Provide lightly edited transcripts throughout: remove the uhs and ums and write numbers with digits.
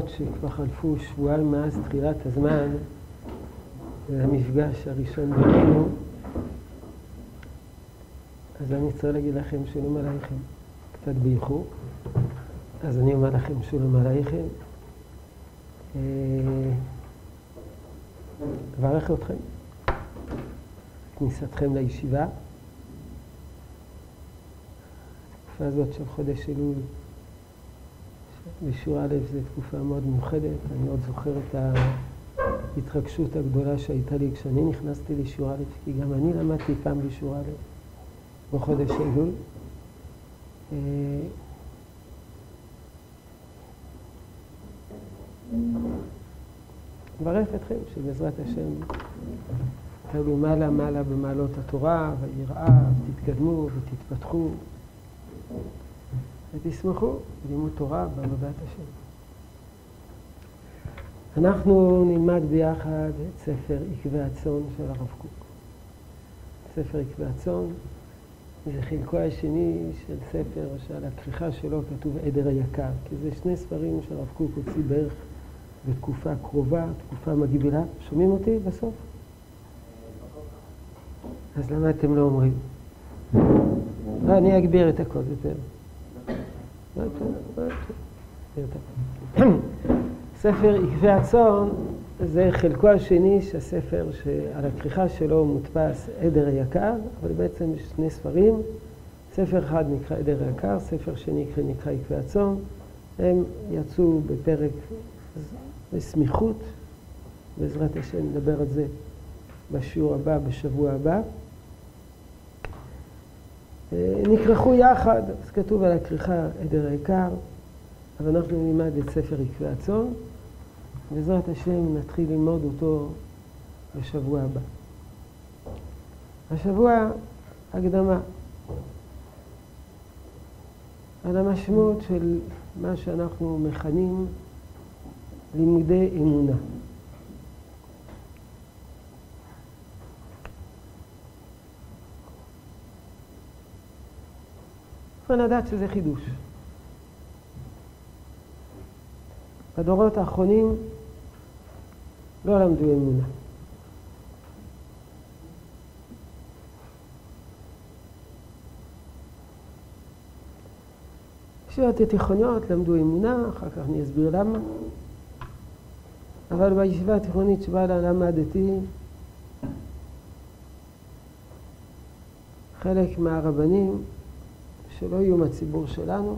למרות שכבר חלפו שבועיים מאז תחילת הזמן, זה המפגש הראשון בינינו, אז אני צריך להגיד לכם שלום עלייכם, קצת באיחור. אז אני אומר לכם שלום עלייכם. אברך אתכם, כניסתכם לישיבה. התקופה הזאת של חודש אלול, בשיעור א' זו תקופה מאוד מיוחדת. אני עוד זוכר את ההתרגשות הגדולה שהייתה לי כשאני נכנסתי לשיעור א', כי גם אני למדתי פעם בשיעור א' בחודש אלול. מברך אתכם שבעזרת השם תעלו מעלה מעלה במעלות התורה והיראה, ותתקדמו ותתפתחו ותשמחו בלימוד תורה בעבודת השם. אנחנו נלמד ביחד את ספר עקבי הצאן של הרב קוק. ספר עקבי הצאן זה חלקו השני של ספר שעל הכריכה שלו כתוב עדר היקר, כי זה שני ספרים שהרב קוק הוציא בערך בתקופה קרובה, תקופה מגבילה. שומעים אותי בסוף? אז למה אתם לא אומרים? אני אגביר את הכל יותר. ספר עקבי הצאן זה חלקו השני של הספר שעל הכריכה שלו מודפס עדר היקר, אבל בעצם יש שני ספרים. ספר אחד נקרא עדר היקר, ספר שני נקרא עקבי הצאן. הם יצאו בפרק בסמיכות, בעזרת השם נדבר על זה בשיעור הבא, בשבוע הבא. נקרחו יחד, אז כתוב על הכריכה עדר היקר, אבל אנחנו נלמד את ספר עקבי הצאן, בעזרת השם נתחיל ללמוד אותו בשבוע הבא. השבוע הקדמה על המשמעות של מה שאנחנו מכנים לימודי אמונה. צריך לדעת שזה חידוש. בדורות האחרונים לא למדו אמונה. בישיבות התיכוניות למדו אמונה, אחר כך אני אסביר למה. אבל בישיבה התיכונית שבה למדתי, חלק מהרבנים שלא יהיו מהציבור שלנו,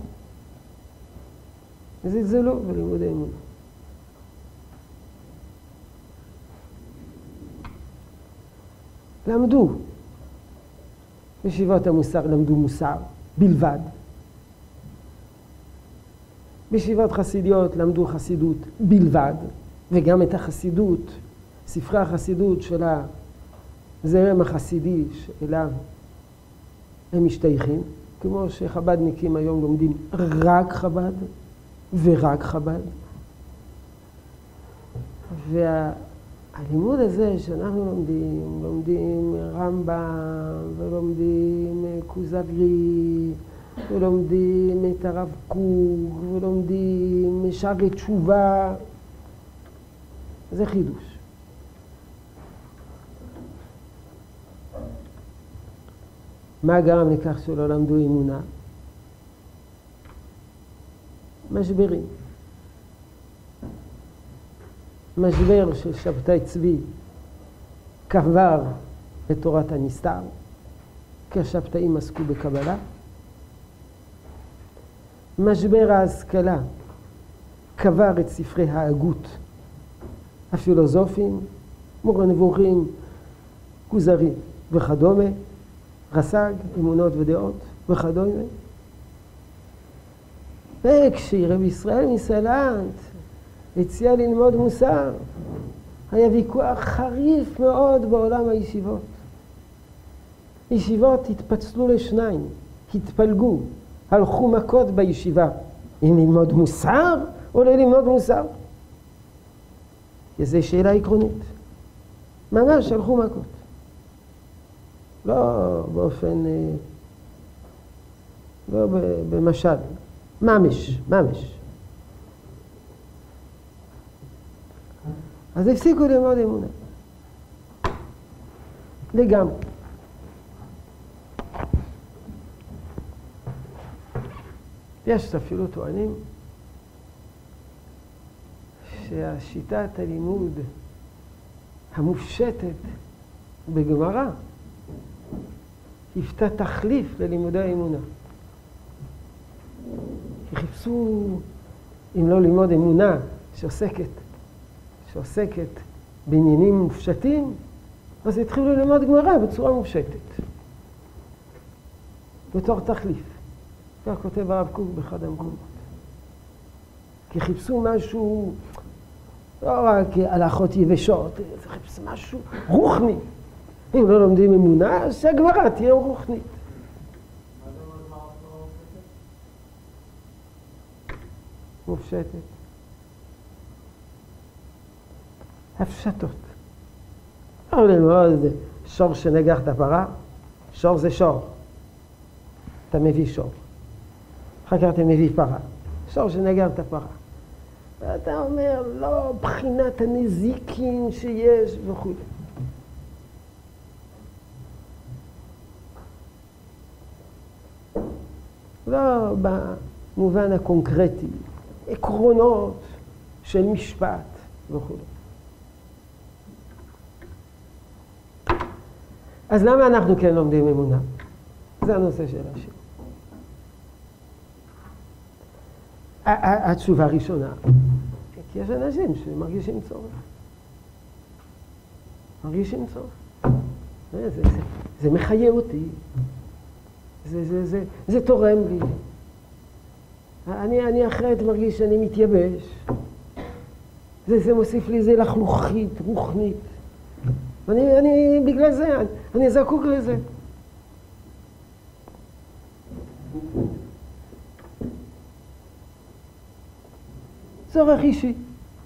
זלזלו בלימודי אמונה. למדו. בישיבות המוסר למדו מוסר בלבד. בישיבות חסידיות למדו חסידות בלבד, וגם את החסידות, ספרי החסידות של הזרם החסידי שאליו הם משתייכים, כמו שחבדניקים היום לומדים רק חב"ד ורק חב"ד. והלימוד הזה שאנחנו לומדים רמב"ם ולומדים כוזרי ולומדים את הרב קוק ולומדים שערי תשובה, זה חידוש. מה גרם לכך שלא למדו אמונה? משברים. משבר של שבתאי צבי קבר את תורת הנסתר, כי השבתאים עסקו בקבלה. משבר ההשכלה קבר את ספרי ההגות הפילוסופיים, מורה נבוכים, כוזרי וכדומה, רס"ג, אמונות ודעות וכדומה. וכשרב ישראל מסלנט הציע ללמוד מוסר, היה ויכוח חריף מאוד בעולם הישיבות. ישיבות התפצלו לשניים, התפלגו, הלכו מכות בישיבה, אם ללמוד מוסר או לא ללמוד מוסר. וזו שאלה עקרונית. ממש הלכו מכות. לא באופן, לא במשל, ממש. אז הפסיקו ללמוד אמונה. לגמרי. יש אפילו טוענים שהשיטת הלימוד המופשטת בגמרא היוותה תחליף ללימודי האמונה. כי חיפשו, אם לא ללמוד אמונה שעוסקת בעניינים מופשטים, אז התחילו ללמוד גמרא בצורה מופשטת. בתור תחליף. כך כותב הרב קוק באחד המקומות. כי חיפשו משהו, לא רק הלכות יבשות, חיפשו משהו רוחני. אם לא לומדים אמונה, אז שהגמרא תהיה רוחנית. מופשטת. הפשטות. לא ללמוד שור שנגח את הפרה, שור זה שור. אתה מביא שור. אחר כך אתה מביא פרה. שור שנגח את הפרה. ואתה אומר, לא, בחינת הנזיקים שיש וכו'. לא במובן הקונקרטי, עקרונות של משפט וכו'. אז למה אנחנו כן לומדים אמונה? זה הנושא של השיר. התשובה הראשונה, כי יש אנשים שמרגישים צורך. מרגישים צורך. זה מחיה אותי. זה תורם לי. אני אחרת מרגיש שאני מתייבש. זה מוסיף לי איזה לחלוכית, רוחנית. בגלל זה, אני זקוק לזה. צורך אישי.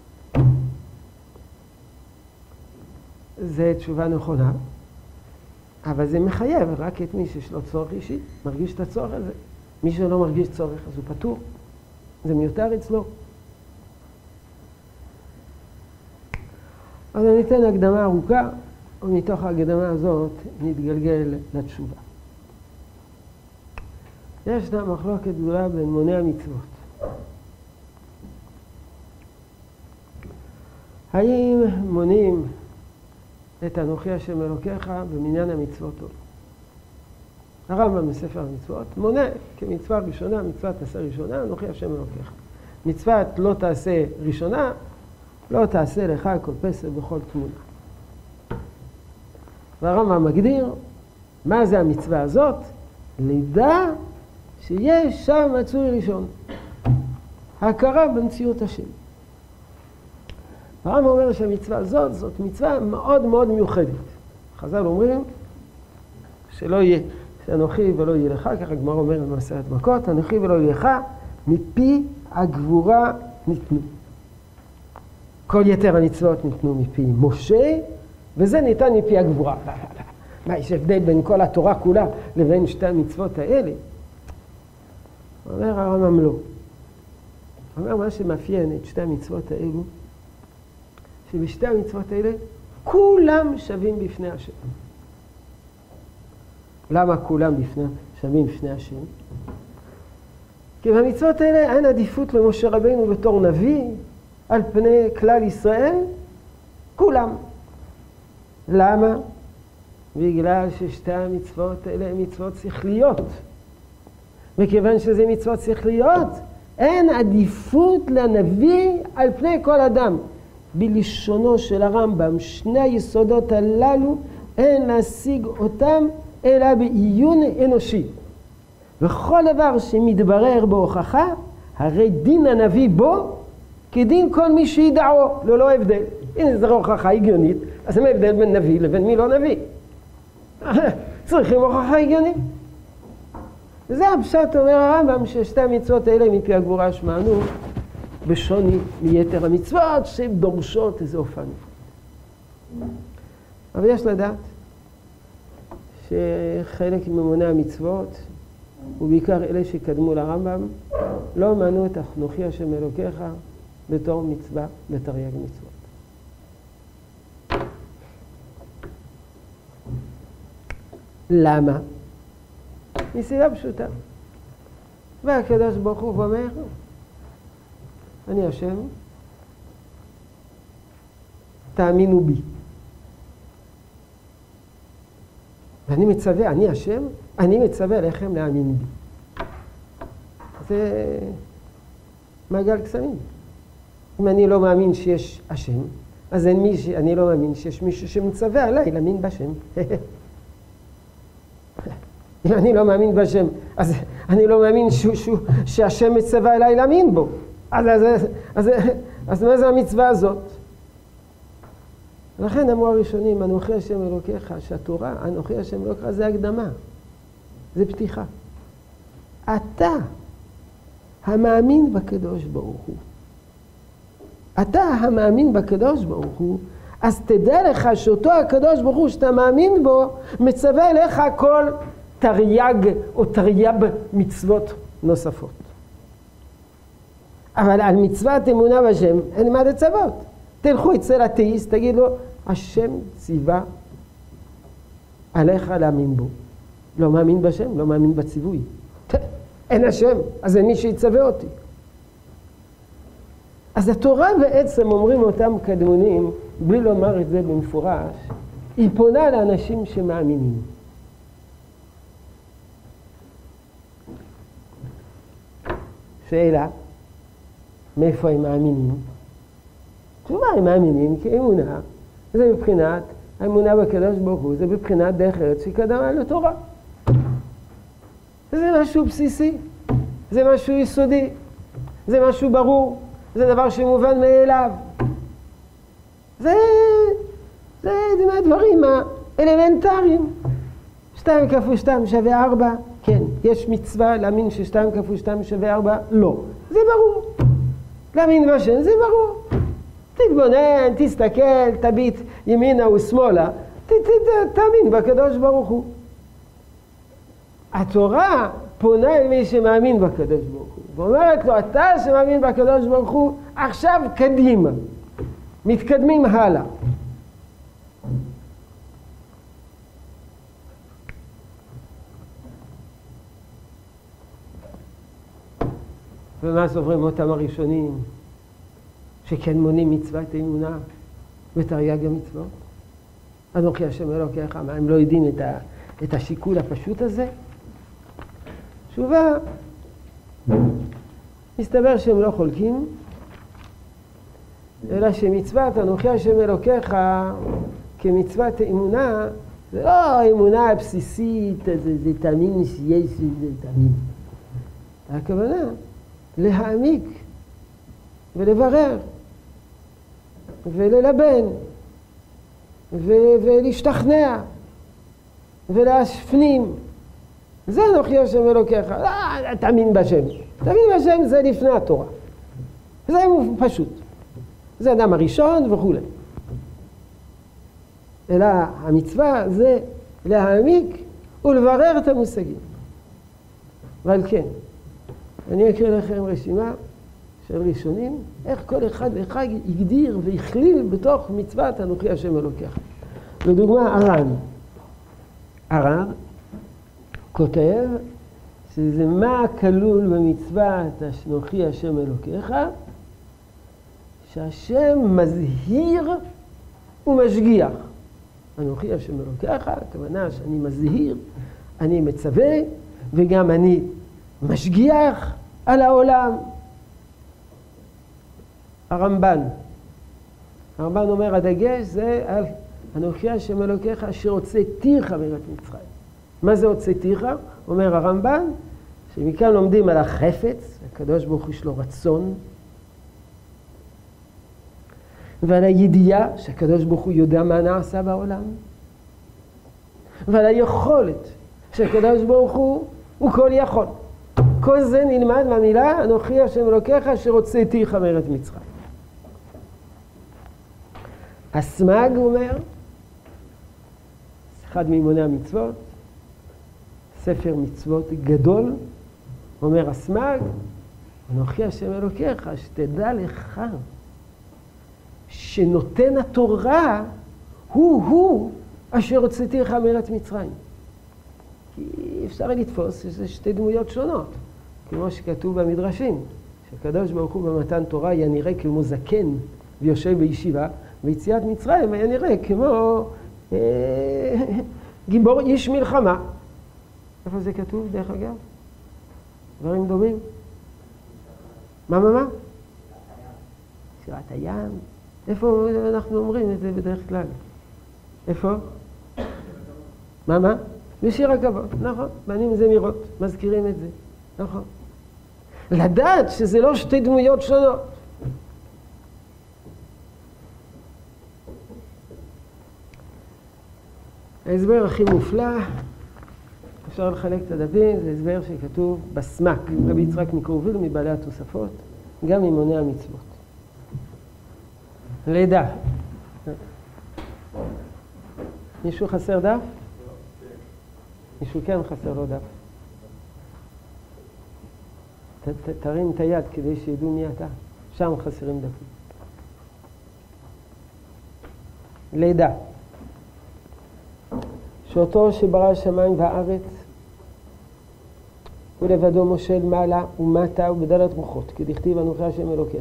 זה תשובה נכונה, אבל זה מחייב רק את מי שיש לו צורך אישי, מרגיש את הצורך הזה. מי שלא מרגיש צורך, אז הוא פטור. זה מיותר אצלו. אז אני אתן הקדמה ארוכה, ומתוך ההקדמה הזאת נתגלגל לתשובה. ישנה מחלוקת גדולה בין מוני המצוות. האם מונים את אנוכי השם אלוקיך במניין המצוות או לא? הרמב"ם בספר המצוות מונה כמצווה ראשונה, מצוות תעשה ראשונה, אנוכי השם אלוקיך. מצוות לא תעשה ראשונה, לא תעשה לך כל פסל בכל תמונה. והרמב"ם מגדיר מה זה המצווה הזאת? לידע שיש שם מצוי ראשון. ההכרה במציאות השם. הרמב"ם אומר שהמצווה הזאת, זאת מצווה מאוד מאוד מיוחדת. חז"ל אומרים שלא יהיה, שאנוכי ולא יהיה לך, ככה הגמרא אומר במסכת מכות, אנוכי ולא יהיה לך, מפי הגבורה ניתנו. כל יתר המצוות ניתנו מפי משה, וזה ניתן מפי הגבורה. מה, יש הבדל בין כל התורה כולה לבין שתי המצוות האלה? אומר הרמב"ם לא. אומר מה שמאפיין את שתי המצוות האלו, שבשתי המצוות האלה כולם שווים בפני השם. למה כולם שווים בפני השם? כי במצוות האלה אין עדיפות למשה רבינו בתור נביא על פני כלל ישראל, כולם. למה? בגלל ששתי המצוות האלה הן מצוות שכליות. וכיוון שזה מצוות שכליות, אין עדיפות לנביא על פני כל אדם. בלשונו של הרמב"ם, שני היסודות הללו אין להשיג אותם אלא בעיון אנושי. וכל דבר שמתברר בהוכחה, הרי דין הנביא בו כדין כל מי שידעו, ללא הבדל. אם זו הוכחה הגיונית, אז מה ההבדל בין נביא לבין מי לא נביא? צריכים הוכחה הגיונית. וזה הפשט אומר הרמב"ם ששתי המצוות האלה מפי הגבורה שמענו בשוני מיתר המצוות שדורשות איזה אופן. אבל יש לדעת שחלק ממוני המצוות, ובעיקר אלה שקדמו לרמב"ם, לא מנו את אנוכי השם אלוקיך בתור מצווה בתרי"ג מצוות. למה? מסיבה פשוטה. והקדוש ברוך הוא אומר, אני השם, תאמינו בי. ואני מצווה, אני השם, אני מצווה לכם להאמין בי. זה מעגל קסמים. אם אני לא מאמין שיש השם, אז אני לא מאמין שיש מישהו שמצווה עליי להאמין בשם. אם אני לא מאמין בשם, אז אני לא מאמין שהשם מצווה עליי להאמין בו. אז מה זה המצווה הזאת? לכן אמרו הראשונים, אנוכי השם אלוקיך, שהתורה, אנוכי השם אלוקיך, זה הקדמה, זה פתיחה. אתה המאמין בקדוש ברוך הוא. אתה המאמין בקדוש ברוך הוא, אז תדע לך שאותו הקדוש ברוך הוא שאתה מאמין בו, מצווה אליך כל תרי"ג או תרי"ב מצוות נוספות. אבל על מצוות אמונה בשם אין מה לצוות. תלכו אצל אתאיסט, תגיד לו, השם ציווה עליך להאמין בו. לא מאמין בשם, לא מאמין בציווי. אין השם, אז אין מי שיצווה אותי. אז התורה בעצם, אומרים אותם קדמונים, בלי לומר את זה במפורש, היא פונה לאנשים שמאמינים. שאלה, מאיפה הם מאמינים? תשובה, הם מאמינים כי אמונה, זה מבחינת, האמונה בקדוש ברוך הוא, זה מבחינת דרך ארץ שקדמה לתורה. זה משהו בסיסי, זה משהו יסודי, זה משהו ברור, זה דבר שמובן מאליו. זה מהדברים האלמנטריים. 2 כפול 2 שווה 4, כן. יש מצווה להאמין ש2 כפול 2 שווה 4? לא. זה ברור. להאמין בשם זה ברור. תתבונן, תסתכל, תביט ימינה ושמאלה, תאמין בקדוש ברוך הוא. התורה פונה אל מי שמאמין בקדוש ברוך הוא, ואומרת לו, אתה שמאמין בקדוש ברוך הוא, עכשיו קדימה, מתקדמים הלאה. ומה סוברים אותם הראשונים שכן מונים מצוות אמונה ותרי"ג המצוות? אנוכי השם אלוקיך, מה הם לא יודעים את השיקול הפשוט הזה? תשובה, מסתבר שהם לא חולקים, אלא שמצוות אנוכי השם אלוקיך כמצוות אמונה, זה לא האמונה הבסיסית, זה תאמין שיש, זה תאמין. הכוונה להעמיק ולברר וללבן ולהשתכנע ולהפנים. זה אנוכי השם אלוקיך. תאמין בשם. תאמין בשם זה לפני התורה. זה פשוט. זה אדם הראשון וכו'. אלא המצווה זה להעמיק ולברר את המושגים. אבל כן, אני אקריא לכם רשימה של ראשונים, איך כל אחד ואחד הגדיר והכליל בתוך מצוות אנוכי השם אלוקיך. לדוגמה, הר"ן כותב שזה מה כלול במצוות אנוכי השם אלוקיך, שהשם מזהיר ומשגיח. אנוכי השם אלוקיך, הכוונה שאני מזהיר, אני מצווה, וגם אני משגיח על העולם. הרמב"ן אומר, הדגש זה על אנוכי השם אלוקיך אשר הוצאתיך מארץ מצרים. מה זה הוצאתיך? אומר הרמב"ן, שמכאן לומדים על החפץ, הקדוש ברוך הוא יש לו רצון, ועל הידיעה שהקדוש ברוך הוא יודע מה נעשה בעולם, ועל היכולת שהקדוש ברוך הוא כל יכול. כל זה נלמד מהמילה אנוכי השם אלוקיך אשר הוצאתיך מארץ מצרים. הסמ"ג אומר, אחד ממוני המצוות, ספר מצוות גדול, אומר הסמ"ג, אנוכי השם אלוקיך, שתדע לך שנותן התורה הוא אשר הוצאתיך מארץ מצרים. כי אפשר לתפוס שזה שתי דמויות שונות, כמו שכתוב במדרשים, שהקדוש ברוך הוא במתן תורה היה נראה כמו זקן ויושב בישיבה, ויציאת מצרים היה נראה כמו גיבור איש מלחמה. איפה זה כתוב דרך אגב? דברים דומים? מה? שירת הים. איפה אנחנו אומרים את זה בדרך כלל? איפה? מה? בשיר הכבוד, נכון. בנים זמירות, מזכירים את זה, נכון. לדעת שזה לא שתי דמויות שונות. ההסבר הכי מופלא, אפשר לחלק את הדפים, זה הסבר שכתוב בסמ"ק, רבי יצחק מקרוביל מבעלי התוספות, גם ממוני המצוות. לידה. מישהו חסר דף? מישהו כן חסר לו דף. תרים את היד כדי שידעו מי אתה. שם חסרים דפים. לידה. שאותו שברא השמיים והארץ, הוא לבדו מושל מעלה ומטה ובדלת רוחות, כדכתיב אנוכי השם אלוקיך.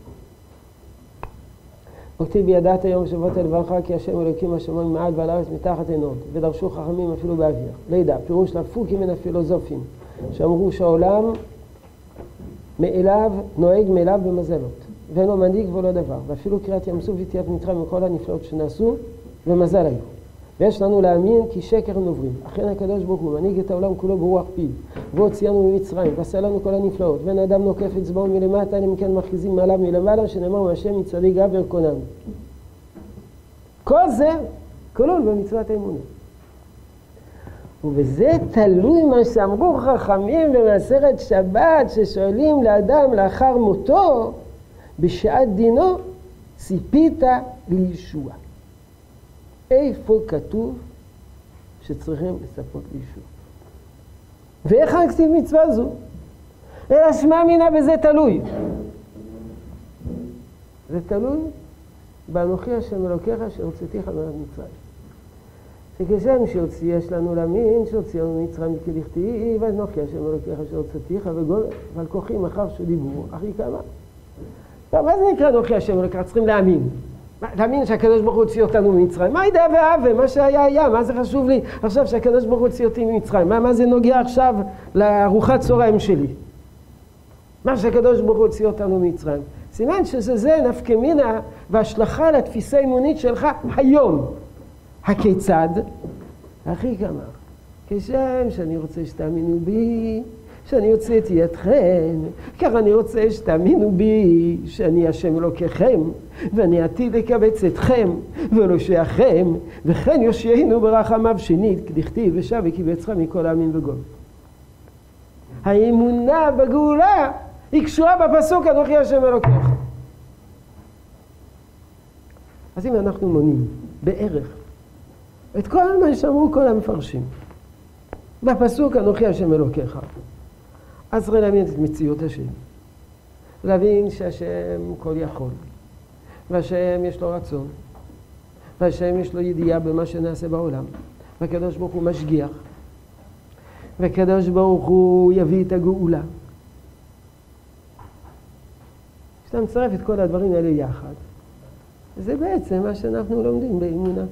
וכתיב בידעת היום שבועת לברך כי השם אלוקים השמיים מעל ועל הארץ מתחת אין עוד, ודרשו חכמים אפילו באוויר. לידע, פירוש לפוקי מן הפילוסופים, שאמרו שהעולם מאליו נוהג מאליו במזלות, ואינו מנהיג ולא דבר, ואפילו קריאת ים סוף ויציאת מצרים וכל הנפלאות שנעשו, ומזל היו. ויש לנו להאמין כי שקר הם עוברים. אכן הקדוש ברוך הוא מנהיג את העולם כולו ברוח פיו, והוציאנו ממצרים, ועשה לנו כל הנפלאות, ואין אדם נוקף אצבעו מלמטה, אם כן מכריזים מעליו מלמעלה, שנאמר מהשם מצעדי גבר קונן. כל זה כלול במצוות האמונה. ובזה תלוי מה שאמרו חכמים במסכת שבת, ששואלים לאדם לאחר מותו, בשעת דינו, ציפית לישוע. איפה כתוב שצריכים לצפות לישוע? ואיך הכתיב מצווה זו? אלא שמע מינה בזה תלוי. זה תלוי באנוכי השם אלוקיך שהוצאתיך מארץ מצרים. שכשם שהוציא יש לנו להאמין שהוציאנו ממצרים כדכתיב, ואנוכי השם אלוקיך שהוצאתיך ועל כוחי מחר שדיבור אחי כמה. מה זה נקרא אנוכי השם אלוקיך? צריכים להאמין. להאמין שהקדוש ברוך הוא הוציא אותנו ממצרים. מה ידע ואהבה? מה שהיה היה, מה זה חשוב לי עכשיו שהקדוש ברוך הוא הוציא אותי ממצרים? מה זה נוגע עכשיו לארוחת צהריים שלי? מה שהקדוש ברוך הוא הוציא אותנו ממצרים. סימן שזה נפקא מינה והשלכה לתפיסה האמונית שלך היום. הכיצד? הכי כמה. כשם שאני רוצה שתאמינו בי, שאני הוצאתי אתכם, כך אני רוצה שתאמינו בי שאני השם אלוקיכם, ואני עתיד לקבץ אתכם ולהושיעכם, וכן יושיענו ברחמיו שנית, כדכתיב ושב וקיבצך מכל העמים וגוי. האמונה בגאולה היא קשורה בפסוק אנוכי השם אלוקיך. אז אם אנחנו מונים בערך את כל מה שאמרו כל המפרשים בפסוק אנוכי השם אלוקיך, אז צריך להבין את מציאות השם. להבין שהשם כל יכול, והשם יש לו רצון, והשם יש לו ידיעה במה שנעשה בעולם, והקדוש ברוך הוא משגיח, והקדוש ברוך הוא יביא את הגאולה. כשאתה מצרף את כל הדברים האלה יחד, זה בעצם מה שאנחנו לומדים באמונה.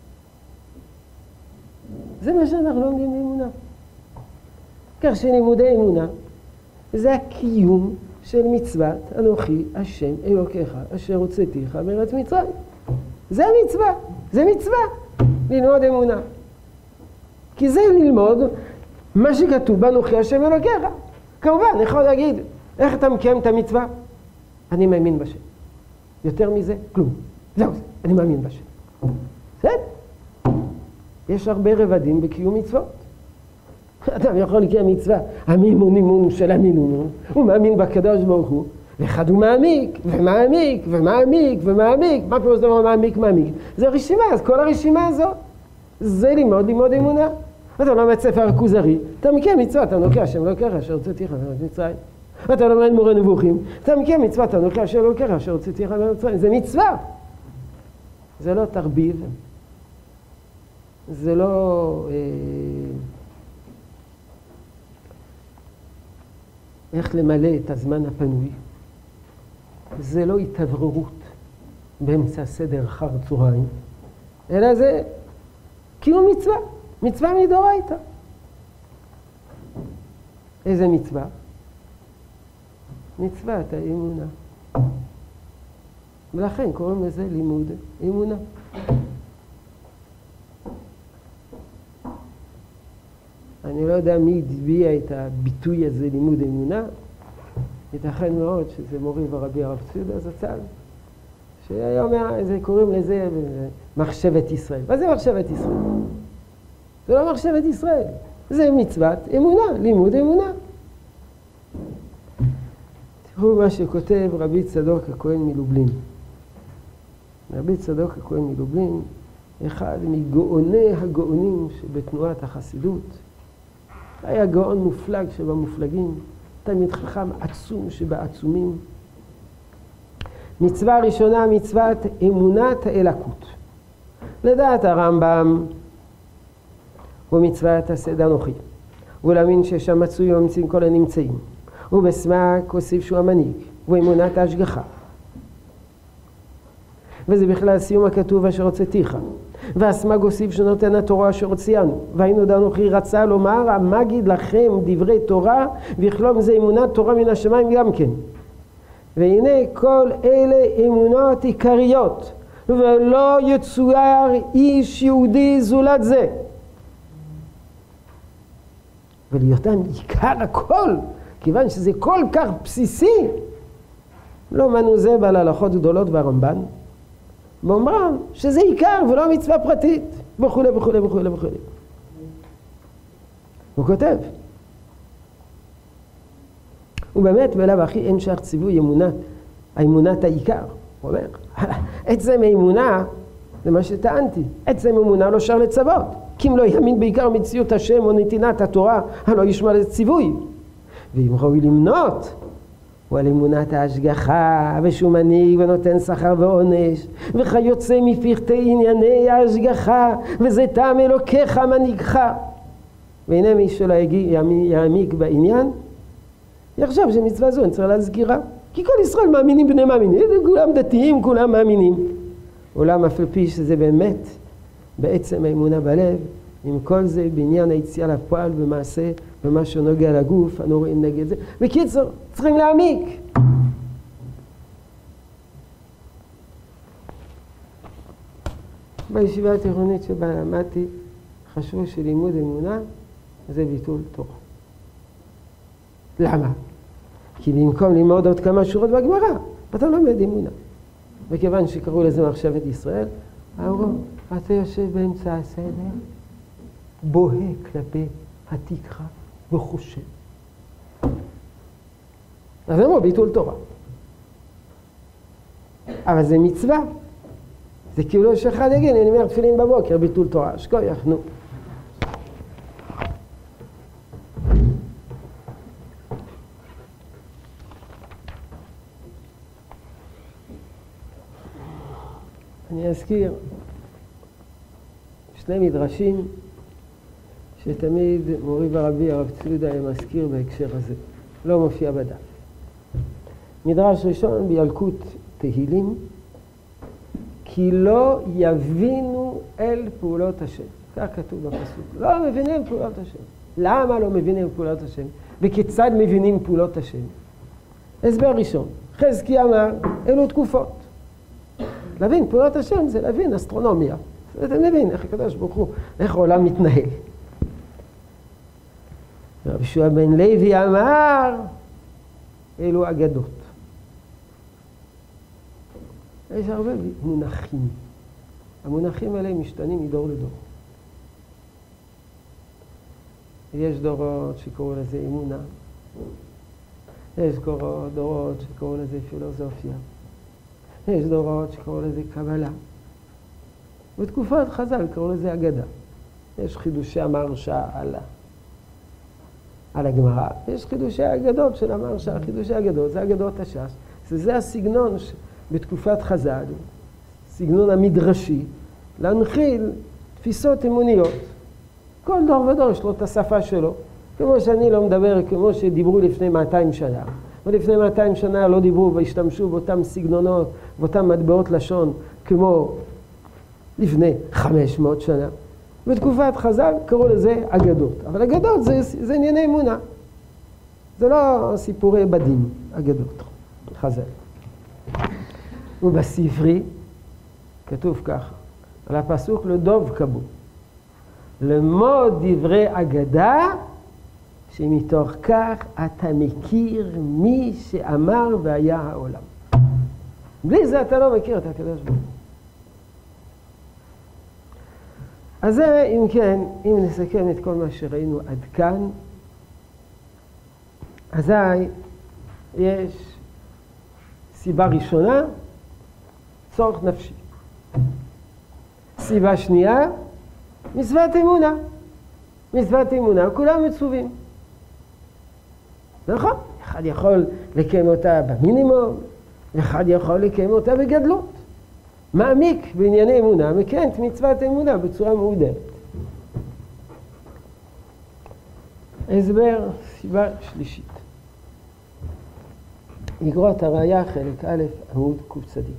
זה מה שאנחנו לומדים באמונה. כך שלימודי אמונה זה הקיום של מצוות אנוכי השם אלוקיך אשר הוצאתיך מארץ מצרים. זה המצווה, זה מצווה ללמוד אמונה. כי זה ללמוד מה שכתוב באנוכי השם אלוקיך. כמובן, יכול להגיד, איך אתה מקיים את המצווה? אני מאמין בשם. יותר מזה, כלום. זהו זה, אני מאמין בשם. בסדר? יש הרבה רבדים בקיום מצוות. אדם יכול לקיים מצווה, המימון אימון של המינון, הוא מאמין בקדוש ברוך הוא, ואחד הוא מעמיק, ומעמיק, ומעמיק, ומעמיק. מה פירוש דבר מעמיק, מעמיק? זה רשימה, אז כל הרשימה הזאת, זה ללמוד אמונה. אתה לומד ספר הכוזרי, אתה מקיים מצוות, אנוכי השם אלוקיך אשר הוצאתיך מארץ מצרים. אתה לומד מורה נבוכים, אתה מקיים מצוות, אנוכי השם אלוקיך אשר הוצאתיך מארץ מצרים. זה מצווה. זה לא תרביב, זה לא איך למלא את הזמן הפנוי. זה לא התאווררות באמצע סדר אחר צהריים, אלא זה קיום מצווה, מצווה מדאורייתא. איזה מצווה? מצוות האמונה. ולכן קוראים לזה לימוד אמונה. אני לא יודע מי הצביע את הביטוי הזה לימוד אמונה. ייתכן מאוד שזה מורי ורבי הרב ציודה זצ"ל, שהיה אומר, קוראים לזה מחשבת ישראל. מה זה מחשבת ישראל? זה לא מחשבת ישראל, זה מצוות אמונה, לימוד אמונה. תראו מה שכותב רבי צדוק הכהן מלובלין. רבי צדוק הכהן מלובלין, אחד מגאוני הגאונים שבתנועת החסידות, היה גאון מופלג שבמופלגים, תלמיד חכם עצום שבעצומים. מצווה ראשונה, מצוות אמונת האלוקות. לדעת הרמב"ם הוא מצוות עשה דנוכי, ולהאמין ששם מצוי ומצאים כל הנמצאים, ובסמק הוסיף שהוא המנהיג, ואמונת ההשגחה. וזה בכלל סיום הכתוב אשר הוצאתיך, והסמג הוסיף שנותן התורה אשר הוציאנו, והיינו דנוכי רצה לומר המגיד לכם דברי תורה, ויכלום זה אמונת תורה מן השמיים גם כן. והנה כל אלה אמונות עיקריות, ולא יצויר איש יהודי זולת זה. ולהיותם עיקר הכל, כיוון שזה כל כך בסיסי, לא מנו זה בעל הלכות גדולות והרמב"ן, ואומרם שזה עיקר ולא מצווה פרטית, וכו' וכו' וכו' וכו'. הוא כותב, ובאמת בלב אחי אין שייך ציווי אמונה, האמונת העיקר. הוא אומר, עצם האמונה, זה מה שטענתי, עצם אמונה לא שר לצוות, כי אם לא יאמין בעיקר מציאות השם או נתינת התורה, הלא ישמע לציווי. ואם ראוי למנות, הוא על אמונת ההשגחה, ושהוא מנהיג ונותן שכר ועונש, וכיוצא מפרטי ענייני ההשגחה, וזה טעם אלוקיך מנהיגך. והנה מי שלא יעמיק בעניין, יחשב שמצווה זו נצטרך להזכירה, כי כל ישראל מאמינים בני מאמינים, כולם דתיים, כולם מאמינים. אולם אף על פי שזה באמת, בעצם האמונה בלב, עם כל זה בעניין היציאה לפועל במעשה, במה שנוגע לגוף, אנו רואים נגד זה. בקיצור, צריכים להעמיק. בישיבה התיכונית שבה למדתי, חשבו שלימוד אמונה זה ביטול תורה. למה? כי במקום ללמוד עוד כמה שורות בגמרא, אתה לא לומד אמונה. וכיוון שקראו לזה מחשבת ישראל, אמרו, אתה יושב באמצע הסדר, בוהה כלפי התקרה וחושב. אז אמרו, ביטול תורה. אבל זה מצווה. זה כאילו שאחד יגיד, אני אומר תפילין בבוקר, ביטול תורה. שכוייך, נו. אני אזכיר שני מדרשים שתמיד מורי ורבי הרב ציודה היה מזכיר בהקשר הזה. לא מופיע בדף. מדרש ראשון בילקוט תהילים, כי לא יבינו אל פעולות השם. כך כתוב בפסוק. לא מבינים פעולות השם. למה לא מבינים פעולות השם? וכיצד מבינים פעולות השם? הסבר ראשון. חזקי אמר, אלו תקופות. להבין פעולות השם זה להבין אסטרונומיה. אתה מבין איך הקדוש ברוך הוא, איך העולם מתנהל. רבי יהושע בן לוי אמר, אלו אגדות. יש הרבה מונחים. המונחים האלה משתנים מדור לדור. יש דורות שקראו לזה אמונה. יש דורות שקראו לזה פילוסופיה. יש דורות שקראו לזה קבלה. בתקופת חז"ל קראו לזה אגדה. יש חידושי המרשה על הגמרא, יש חידושי האגדות של המרשה, חידושי האגדות, זה אגדות הש"ס. זה הסגנון בתקופת חז"ל, סגנון המדרשי, להנחיל תפיסות אמוניות. כל דור ודור יש לו את השפה שלו. כמו שאני לא מדבר, כמו שדיברו לפני 200 שנה. ולפני 200 שנה לא דיברו והשתמשו באותם סגנונות, באותם מטבעות לשון, כמו לפני 500 שנה. בתקופת חז"ל קראו לזה אגדות. אבל אגדות זה ענייני אמונה. זה לא סיפורי בדים, אגדות, חז"ל. ובספרי כתוב ככה, על הפסוק לדוב קבו, למוד דברי אגדה, שמתוך כך אתה מכיר מי שאמר והיה העולם. בלי זה אתה לא מכיר את הקדוש ברוך הוא. אז זה, אם כן, אם נסכם את כל מה שראינו עד כאן, אזי יש סיבה ראשונה, צורך נפשי. סיבה שנייה, מצוות אמונה. מצוות אמונה, כולם מצווים. נכון? אחד יכול לקיים אותה במינימום, אחד יכול לקיים אותה בגדלות. מעמיק בענייני אמונה, מקיים את מצוות אמונה בצורה מעודרת. הסבר, סיבה שלישית. איגרות הראייה, חלק א', עמוד קצ"ד.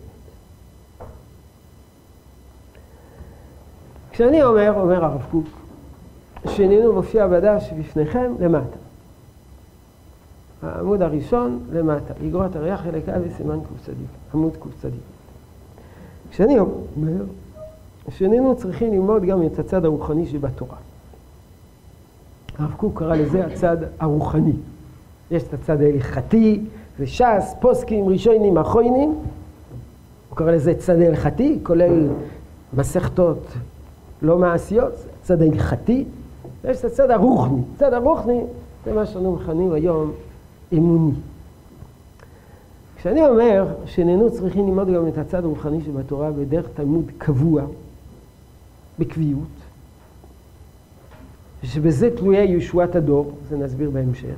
כשאני אומר הרב קוק, שננו מופיע בדף שבפניכם למטה. העמוד הראשון למטה, איגרות הראייה, חלק א', סימן קצ"ד, עמוד קצ"ד. כשאני אומר, שננו צריכים ללמוד גם את הצד הרוחני שבתורה. הרב קוק קרא לזה הצד הרוחני. יש את הצד ההלכתי, וש"ס, פוסקים, ראשונים, אחרונים. הוא קרא לזה צד ההלכתי, כולל מסכתות לא מעשיות, צד ההלכתי. ויש את הצד הרוחני. הצד הרוחני זה מה שאנו מכנים היום אמוני. כשאני אומר שננו צריכים ללמוד גם את הצד הרוחני שבתורה בדרך תלמוד קבוע, בקביעות, ושבזה תלויה ישועת הדור, זה נסביר בהמשך.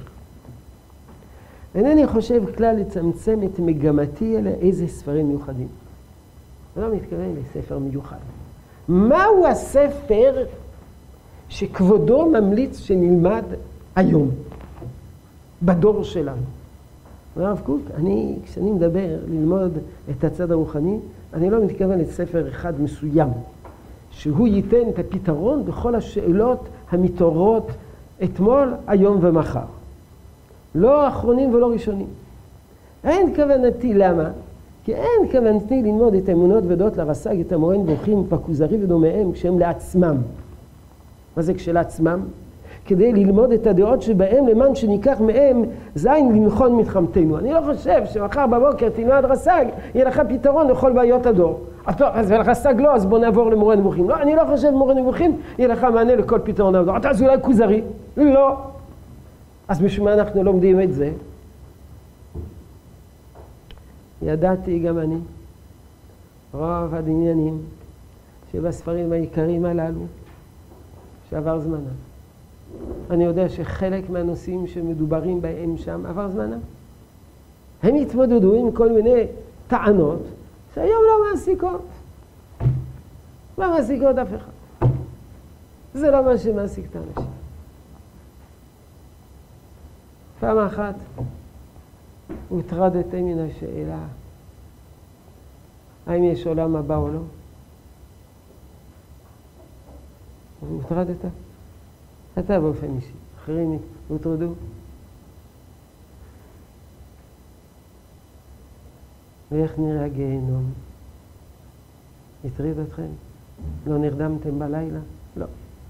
אינני חושב כלל לצמצם את מגמתי אלא איזה ספרים מיוחדים. אני לא מתכוון לספר מיוחד. מהו הספר שכבודו ממליץ שנלמד היום, בדור שלנו? הרב קוק, כשאני מדבר ללמוד את הצד הרוחני, אני לא מתכוון לספר אחד מסוים, שהוא ייתן את הפתרון בכל השאלות המתעוררות אתמול, היום ומחר. לא אחרונים ולא ראשונים. אין כוונתי, למה? כי אין כוונתי ללמוד את האמונות ודעות לרס"ג, את המורן ברוכים, פקוזרי ודומיהם, כשהם לעצמם. מה זה כשלעצמם? כדי ללמוד את הדעות שבהם למען שניקח מהם זין למכון מלחמתנו. אני לא חושב שמחר בבוקר תלמד רס"ג, יהיה לך פתרון לכל בעיות הדור. אז רס"ג לא, אז בוא נעבור למורה נבוכים. לא, אני לא חושב מורה נבוכים, יהיה לך מענה לכל פתרון הדור. אתה אז אולי כוזרי? לא. אז בשביל מה אנחנו לומדים את זה? ידעתי גם אני, רוב הדניינים שבספרים העיקריים הללו, שעבר זמנם. אני יודע שחלק מהנושאים שמדוברים בהם שם עבר זמנם. הם התמודדו עם כל מיני טענות שהיום לא מעסיקות. לא מעסיקות אף אחד. זה לא מה שמעסיק את האנשים. פעם אחת הוטרדתי מן השאלה, האם יש עולם הבא או לא? הוטרדת? אתה באופן אישי, אחרים הוטרדו. ואיך נראה הגיהנום? הטריד אתכם? לא נרדמתם בלילה? לא.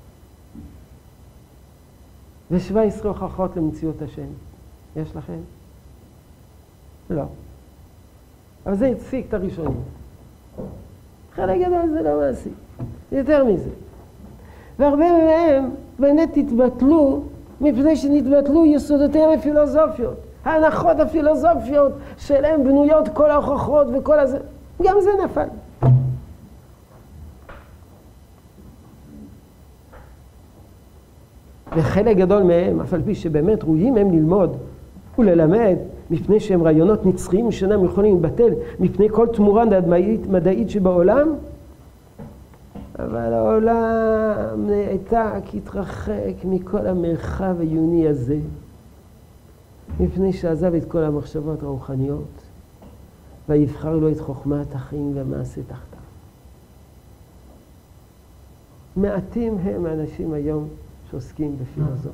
ו17 הוכחות למציאות השם. יש לכם? לא. אבל זה הצחיק את הראשונים. חלק גדול זה לא מעשי. יותר מזה. והרבה מהם באמת התבטלו מפני שנתבטלו יסודותיהם הפילוסופיות. ההנחות הפילוסופיות שלהם בנויות כל ההוכחות וכל הזה. גם זה נפל. וחלק גדול מהם, אף על פי שבאמת ראויים הם ללמוד וללמד, מפני שהם רעיונות נצחיים שאינם יכולים להתבטל מפני כל תמורה מדעית שבעולם, אבל העולם נעתק, התרחק מכל המרחב העיוני הזה, מפני שעזב את כל המחשבות הרוחניות, ויבחר לו את חוכמת החיים והמעשה תחתיו. מעטים הם האנשים היום שעוסקים בפילוסופיה.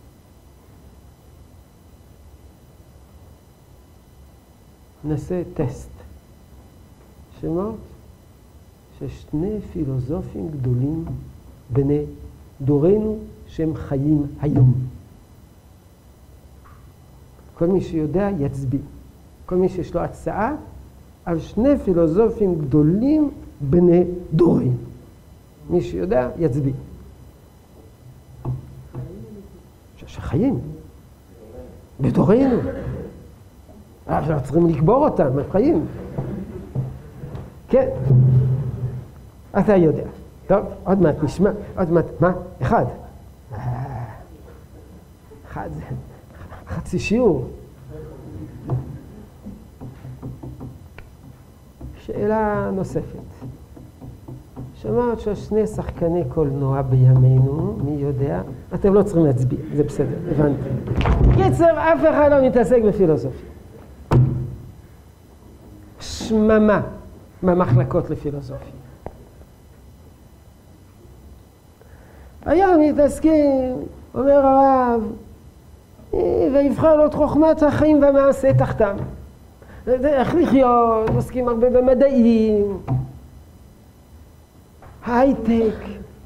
נעשה טסט. שמות ששני פילוסופים גדולים בני דורנו שהם חיים היום. כל מי שיודע יצביע. כל מי שיש לו הצעה על שני פילוסופים גדולים בני דורנו. מי שיודע יצביע. שחיים בדורנו. אנחנו צריכים לקבור אותם, הם חיים. כן, אתה יודע. טוב, עוד מעט נשמע, עוד מעט, מה? אחד זה חצי שיעור. שאלה נוספת. שמעת ששני שחקני קולנוע בימינו, מי יודע? אתם לא צריכים להצביע, זה בסדר, הבנתי. קיצר, אף אחד לא מתעסק בפילוסופיה. שממה מהמחלקות לפילוסופיה. היום מתעסקים, אומר הרב, ויבחר לו את חוכמת החיים והמעשה תחתם. איך לחיות, עוסקים הרבה במדעים, הייטק,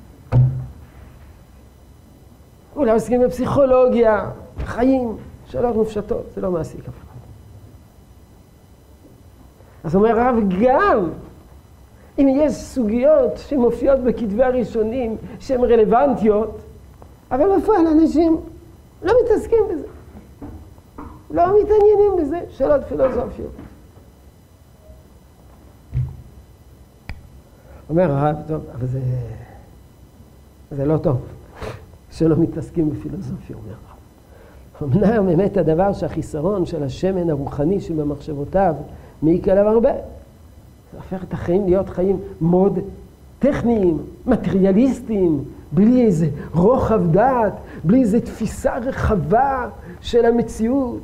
אולי עוסקים בפסיכולוגיה, חיים, שאלות מופשטות, זה לא מעסיק אף אחד. אז אומר הרב, גם אם יש סוגיות שמופיעות בכתבי הראשונים שהן רלוונטיות, אבל בפועל אנשים לא מתעסקים בזה, לא מתעניינים בזה, שאלות פילוסופיות. אומר הרב, טוב, אבל זה לא טוב שלא מתעסקים בפילוסופיה, אומר הרב. אמנם באמת הדבר שהחיסרון של השמן הרוחני שבמחשבותיו מעיק עליו הרבה. זה הופך את החיים להיות חיים מאוד טכניים, מטריאליסטיים, בלי איזה רוחב דעת, בלי איזה תפיסה רחבה של המציאות.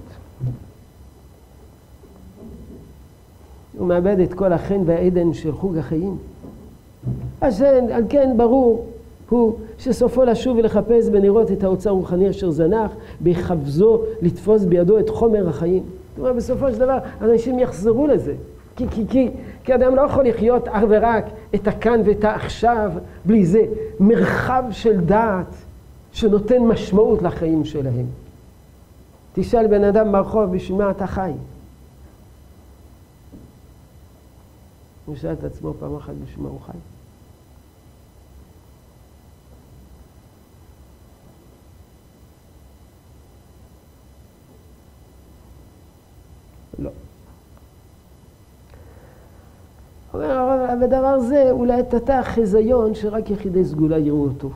הוא מאבד את כל החן והעדן של חוג החיים. אז על כן ברור הוא שסופו לשוב ולחפש בנרות את האוצר הרוחני אשר זנח, בחפזו לתפוס בידו את חומר החיים. זאת אומרת, בסופו של דבר אנשים יחזרו לזה. כי אדם לא יכול לחיות אך ורק את הכאן ואת העכשיו בלי זה מרחב של דעת שנותן משמעות לחיים שלהם. תשאל בן אדם ברחוב, בשביל מה אתה חי? הוא שאל את עצמו פעם אחת בשביל מה הוא חי. לא. אבל בדבר זה אולי תתה חזיון שרק יחידי סגולה יראו אותו.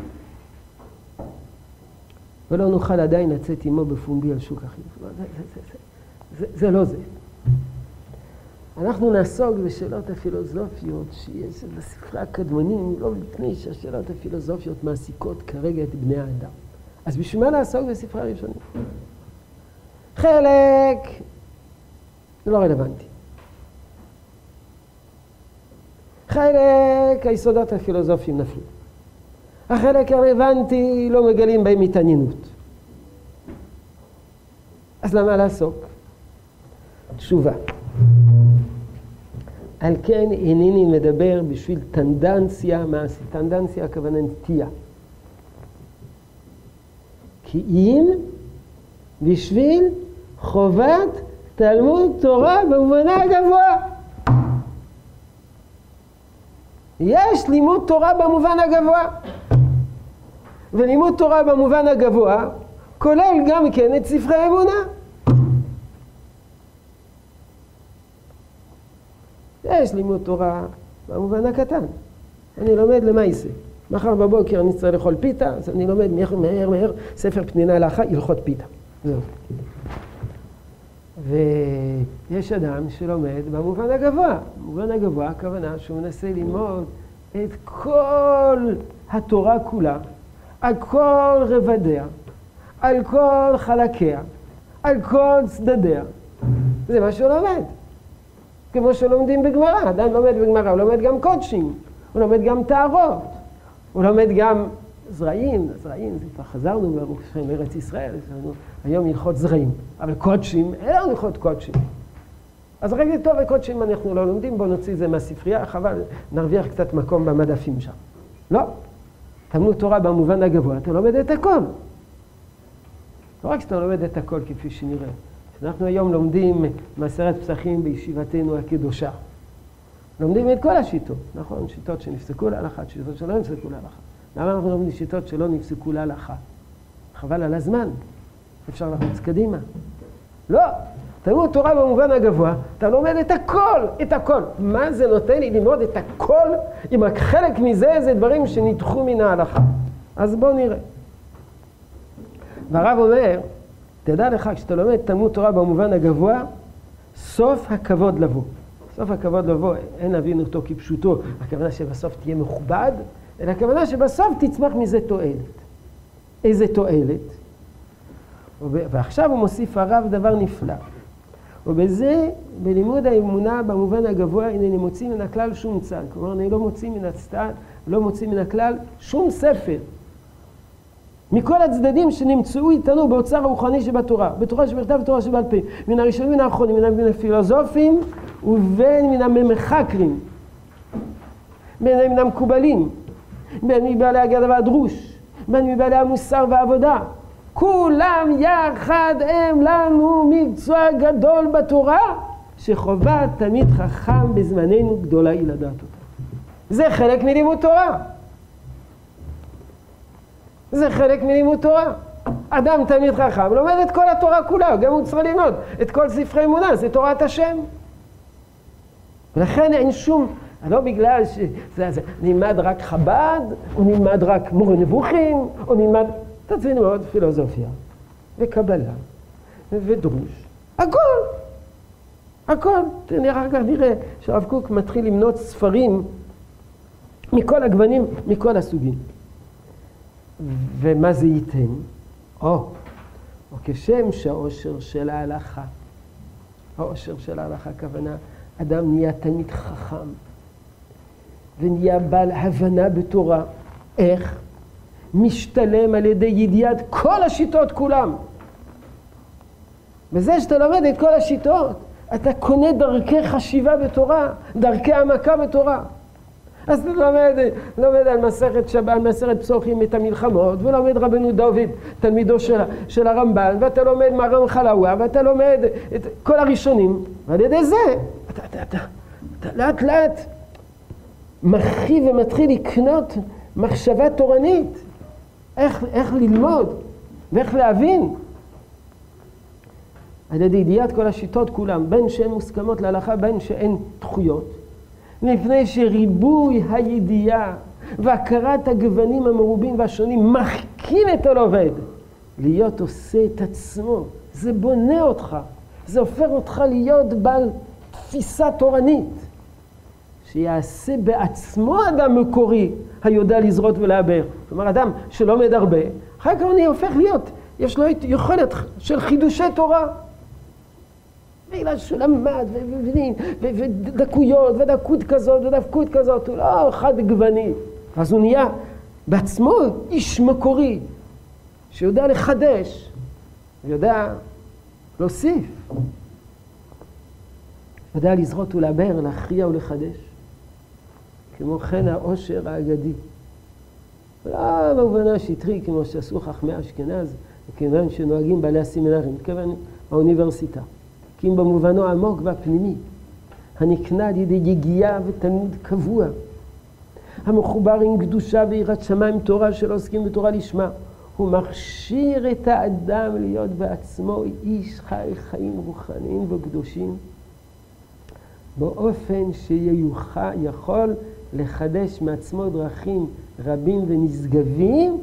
ולא נוכל עדיין לצאת עמו בפומבי על שוק החיים. זה לא זה. אנחנו נעסוק בשאלות הפילוסופיות שיש בספרי הקדמונים, לא מפני שהשאלות הפילוסופיות מעסיקות כרגע את בני האדם. אז בשביל מה נעסוק בספרי הראשונים? חלק לא רלוונטי. חלק היסודות הפילוסופיים נפלו. החלק הרלוונטי לא מגלים בהם התעניינות. אז למה לעסוק? תשובה. על כן אינני מדבר בשביל טנדנציה מעשית. טנדנציה הכוונה נטייה. כי אם בשביל חובת תלמוד תורה במובנה הגבוה. יש לימוד תורה במובן הגבוה. ולימוד תורה במובן הגבוה כולל גם כן את ספרי האמונה. יש לימוד תורה במובן הקטן. אני לומד למעשה. מחר בבוקר אני צריך לאכול פיתה, אז אני לומד מהר, ספר פנינה לאחה, הלכות פיתה. זהו. ויש אדם שלומד במובן הגבוה. במובן הגבוה הכוונה שהוא מנסה ללמוד את כל התורה כולה, על כל רבדיה, על כל חלקיה, על כל צדדיה. זה מה שהוא לומד. כמו שלומדים בגמרא, אדם לומד בגמרא, הוא לומד גם קודשים, הוא לומד גם טהרות, הוא לומד גם זרעים, זה כבר חזרנו ברוך השם לארץ ישראל, היום הלכות זרעים, אבל קודשים, אין לנו הלכות קודשים. אז רגע טוב, וקודשים אנחנו לא לומדים, בואו נוציא את זה מהספרייה, חבל, נרוויח קצת מקום במדפים שם. לא, תלמוד תורה במובן הגבוה, אתה לומד את הכל. לא רק שאתה לומד את הכל כפי שנראה. אנחנו היום לומדים מעשרת פסחים בישיבתנו הקדושה. לומדים את כל השיטות, נכון? שיטות שנפסקו להלכה, שיטות שלא נפסקו להלכה. למה אנחנו לומדים שיטות שלא נפסקו להלכה? חבל על הזמן, אפשר לחוץ קדימה. לא, תלמוד תורה במובן הגבוה, אתה לומד את הכל, את הכל. מה זה נותן לי ללמוד את הכל, אם רק חלק מזה זה דברים שנדחו מן ההלכה. אז בוא נראה. והרב אומר, תדע לך, כשאתה לומד תלמוד תורה במובן הגבוה, סוף הכבוד לבוא. סוף הכבוד לבוא, אין להבין אותו כפשוטו, הכוונה שבסוף תהיה מכובד, אלא הכוונה שבסוף תצמח מזה תועלת. איזה תועלת? ועכשיו הוא מוסיף הרב דבר נפלא. ובזה, בלימוד האמונה במובן הגבוה, אינני מוציא מן הכלל שום צד. כלומר, אני לא מוציא מן הצד, לא מוציא מן הכלל שום ספר. מכל הצדדים שנמצאו איתנו באוצר הרוחני שבתורה, בתורה שבכתב ותורה שבעל פה, מן הראשונים מן האחרונים, מן הפילוסופים ובין מן הממחקרים, בין מן המקובלים, בין מבעלי הגדה והדרוש, בין מבעלי המוסר והעבודה. כולם יחד הם לנו מקצוע גדול בתורה, שחובה תמיד חכם בזמננו גדולה היא לדעת אותה. זה חלק מלימוד תורה. זה חלק מלימוד תורה. אדם תמיד חכם, לומד את כל התורה כולה, גם הוא צריך ללמוד את כל ספרי אמונה, זה תורת השם. ולכן אין שום, לא בגלל שזה נלמד רק חב"ד, או נלמד רק מורה נבוכים, או נלמד, אתה צריך ללמוד פילוסופיה, וקבלה, ודרוש, הכל. הכל. אחר כך נראה שהרב קוק מתחיל למנות ספרים מכל הגוונים, מכל הסוגים. ומה זה ייתן? או כשם שהאושר של ההלכה, האושר של ההלכה, הכוונה, אדם נהיה תלמיד חכם, ונהיה בעל הבנה בתורה. איך? משתלם על ידי ידיעת כל השיטות כולם. בזה שאתה לומד את כל השיטות, אתה קונה דרכי חשיבה בתורה, דרכי העמקה בתורה. אז אתה לומד על מסכת שבת, על מסכת פסוחים את המלחמות, ולומד רבנו דוד, תלמידו של הרמב"ן, ואתה לומד מהר"ם חלאווה, ואתה לומד את כל הראשונים, ועל ידי זה, אתה לאט לאט מרחיב ומתחיל לקנות מחשבה תורנית, איך ללמוד ואיך להבין. על ידי ידיעת כל השיטות כולם, בין שהן מוסכמות להלכה, בין שהן דחויות. לפני שריבוי הידיעה והכרת הגוונים המרובים והשונים מחכים את הלומד להיות עושה את עצמו. זה בונה אותך, זה הופך אותך להיות בעל תפיסה תורנית, שיעשה בעצמו אדם מקורי היודע לזרות ולעבר. כלומר, אדם שלומד הרבה, אחר כך הוא הופך להיות, יש לו יכולת של חידושי תורה. בגלל שהוא למד ודקויות ודקות כזאת ודקות כזאת, הוא לא חד גווני. אז הוא נהיה בעצמו איש מקורי, שיודע לחדש, ויודע להוסיף. יודע לזרות ולעבר, להכריע ולחדש. כמו כן העושר האגדי. לא במובן השטרי, כמו שעשו חכמי אשכנז, וכיוון שנוהגים בעלי הסמינרים, מתכוון האוניברסיטה. כי אם במובנו העמוק והפנימי, הנקנה על ידי יגיעה ותלמוד קבוע, המחובר עם קדושה ויראת שמיים תורה שלא עוסקים בתורה לשמה, הוא מכשיר את האדם להיות בעצמו איש חי חיים רוחניים וקדושים, באופן שיכול לחדש מעצמו דרכים רבים ונשגבים,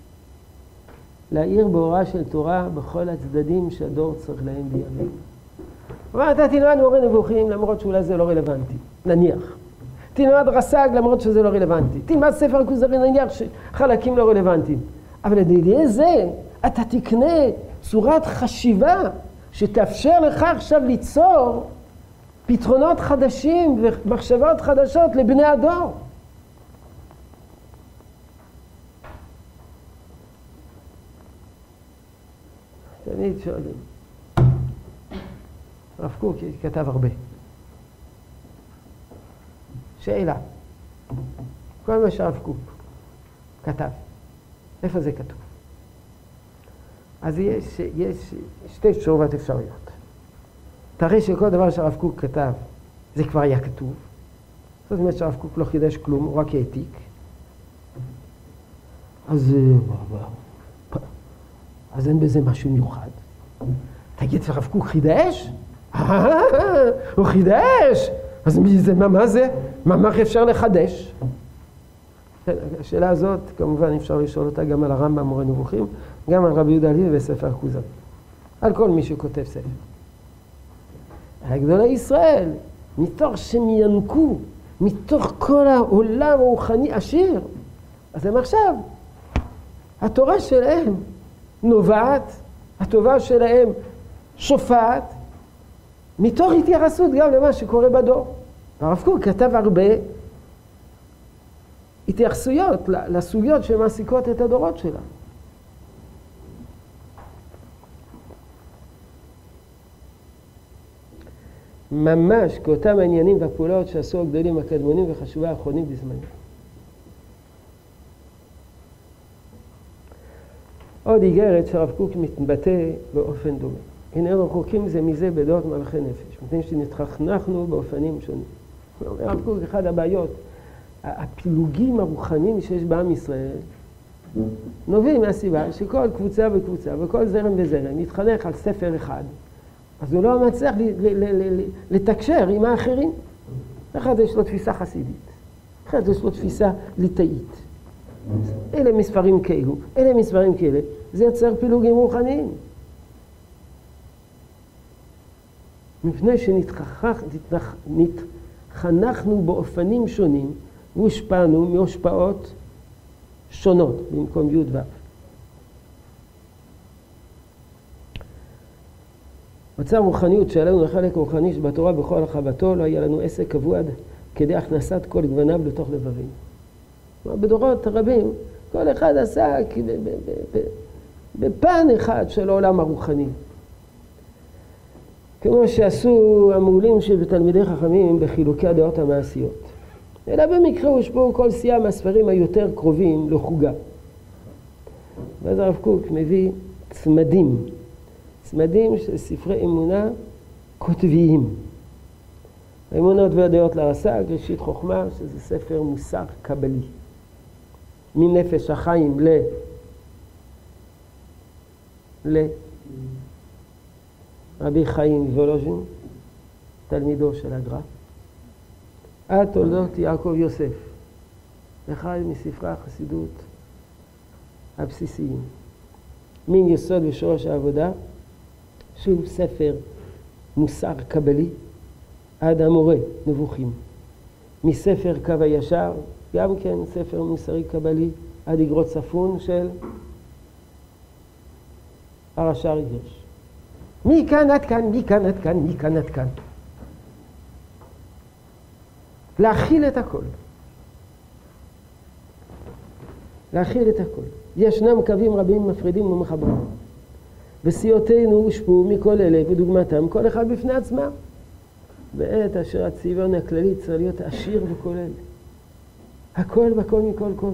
להאיר באורה של תורה בכל הצדדים שהדור צריך להם בימינו. אבל אתה תלמד מורה נבוכים, למרות שאולי זה לא רלוונטי. נניח. תלמד רס"ג למרות שזה לא רלוונטי. תלמד ספר הכוזרי נניח שחלקים לא רלוונטיים. אבל על ידי זה אתה תקנה צורת חשיבה שתאפשר לך עכשיו ליצור פתרונות חדשים ומחשבות חדשות לבני הדור. תמיד שואלים. הרב קוק כתב הרבה. שאלה. כל מה שהרב קוק כתב, איפה זה כתוב? אז יש שתי תשובות אפשריות. תראה שכל דבר שהרב קוק כתב, זה כבר היה כתוב. זאת אומרת שהרב קוק לא חידש כלום, הוא רק העתיק. אז אין בזה משהו מיוחד. תגיד, הרב קוק חידש? הוא חידש! אז מה זה? מה אפשר לחדש? השאלה הזאת, כמובן אפשר לשאול אותה גם על הרמב"ם מורה נבוכים, גם על רבי יהודה הלוי בספר הכוזרי. על כל מי שכותב ספר. על גדולי ישראל, מתוך שהם ינקו, מתוך כל העולם הרוחני עשיר, אז הם עכשיו, התורה שלהם נובעת, הטובה שלהם שופעת, מתוך התייחסות גם למה שקורה בדור. הרב קוק כתב הרבה התייחסויות לסוגיות שמעסיקות את הדורות שלה. ממש כאותם העניינים והפעולות שעשו הגדולים הקדמונים וחשובי האחרונים בזמנים. עוד איגרת שהרב קוק מתבטא באופן דומה. הנה רחוקים זה מזה בדעות מלכי נפש, מפני שנתחנכנו באופנים שונים. הרב קוק, אחד הבעיות, הפילוגים הרוחניים שיש בעם ישראל, נובעים מהסיבה שכל קבוצה וקבוצה וכל זרם וזרם מתחנך על ספר אחד, אז הוא לא מצליח לתקשר עם האחרים. אחד יש לו תפיסה חסידית, אחד יש לו תפיסה ליטאית. אלה מספרים כאלו, אלה מספרים כאלה, זה יוצר פילוגים רוחניים. מפני שנתחנכנו באופנים שונים, והושפענו מהושפעות שונות במקום י' ו'. מצא רוחניות שעלינו לחלק רוחני שבתורה בכל הרחבתו, לא היה לנו עסק קבוע כדי הכנסת כל גווניו לתוך לבבים. בדורות רבים, כל אחד עסק בפן אחד של העולם הרוחני. כמו שעשו המעולים שבתלמידי חכמים בחילוקי הדעות המעשיות. אלא במקרה הושפעו כל סיעה מהספרים היותר קרובים לחוגה. ואז הרב קוק מביא צמדים של ספרי אמונה כותביים. האמונות והדעות לרס"ג, ראשית חוכמה, שזה ספר מוסר קבלי. מנפש החיים רבי חיים וולוז'ין, תלמידו של הגר"א, עד תולדות יעקב יוסף, אחד מספרי החסידות הבסיסיים. מן יסוד ושורש העבודה, שוב ספר מוסר קבלי, עד המורה נבוכים. מספר קו הישר, גם כן ספר מוסרי קבלי, עד אגרות צפון של הרש"ר הירש. מכאן עד כאן, מכאן עד כאן, מכאן עד כאן. להכיל את הכל. להכיל את הכל. ישנם קווים רבים מפרידים ומחברים. וסיעותינו הושפעו מכל אלה ודוגמתם, כל אחד בפני עצמם. בעת אשר הצביון הכללי צריך להיות עשיר וכולל. הכל בכל מכל כל.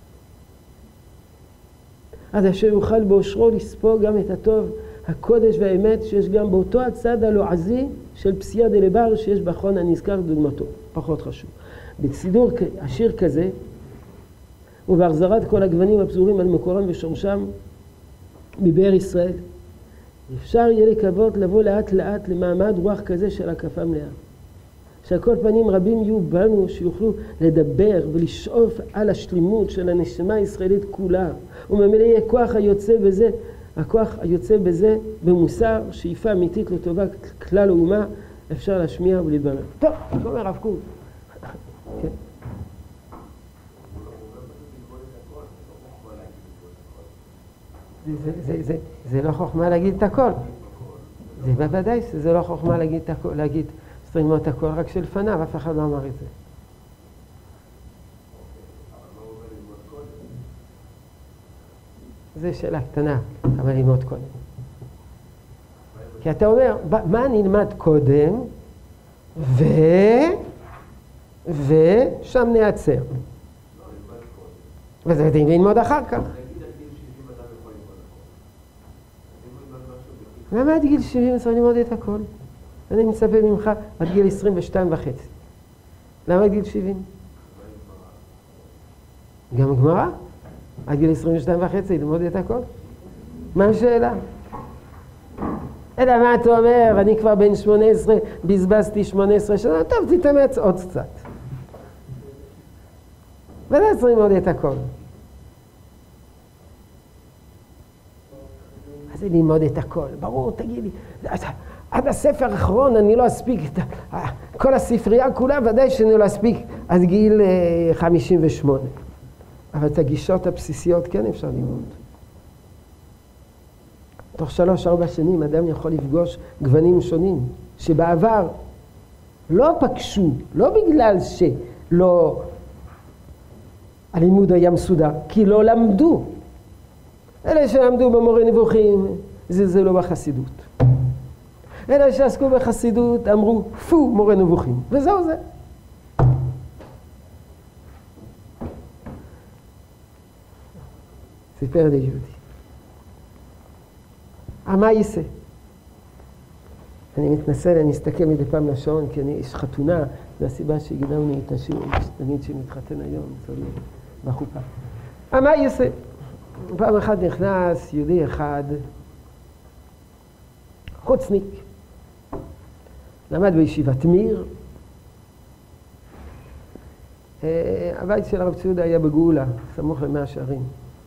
עד אשר יוכל באושרו לספוג גם את הטוב, הקודש והאמת שיש גם באותו הצד הלועזי של פסיעה דלבר שיש באחרון הנזכר דוגמתו. פחות חשוב. בסידור עשיר כזה, ובהחזרת כל הגוונים הפזורים על מקורם ושורשם מבאר ישראל, אפשר יהיה לקוות לבוא לאט לאט למעמד רוח כזה של הקפה מלאה. שעל כל פנים רבים יהיו בנו שיוכלו לדבר ולשאוף על השלימות של הנשמה הישראלית כולה, וממילא יהיה הכוח היוצא בזה במוסר, שאיפה אמיתית לטובה כלל האומה, אפשר להשמיע ולהתברר. טוב, אומר הרב קוק. כן. זה לא חוכמה להגיד את הכל. זה בוודאי שזה לא חוכמה להגיד את הכל, להגיד, צריך ללמוד את הכל רק שלפניו, אף אחד לא אמר את זה. זו שאלה קטנה, כמה ללמוד קודם. כי אתה אומר, מה נלמד קודם, ושם נעצר. וזה יודעים ללמוד אחר כך. למה עד גיל 70 צריך ללמוד את הכל? אני מצפה ממך עד גיל 22 וחצי. למה עד גיל 70? גם גמרא? עד גיל 22 וחצי ללמוד את הכל? מה השאלה? אלא מה אתה אומר? אני כבר בן 18, בזבזתי 18 שנה, טוב, תתאמץ עוד קצת. ולא צריך ללמוד את הכל. אז זה ללמוד את הכל. ברור, תגיד לי, עד הספר האחרון אני לא אספיק, כל הספרייה כולה ודאי שאני לא אספיק עד גיל 58. אבל את הגישות הבסיסיות כן אפשר ללמוד. תוך 3-4 שנים אדם יכול לפגוש גוונים שונים, שבעבר לא פגשו, לא בגלל שלא הלימוד היה מסודר, כי לא למדו. אלה שלמדו במורה נבוכים, זה לא בחסידות. אלה שעסקו בחסידות אמרו, פו, מורה נבוכים, וזהו זה. סיפר לי יהודי. מה יעשה? אני מתנסה, אני אסתכל מדי פעם לשעון, כי אני איש חתונה, זו הסיבה שהקדמנו את השיעור, תמיד שמתחתן היום, צריך בחופה. מה יעשה? פעם אחת נכנס יהודי אחד, חוצניק, למד בישיבת מיר, הבית של הרב ציודה היה בגאולה, סמוך למאה שערים.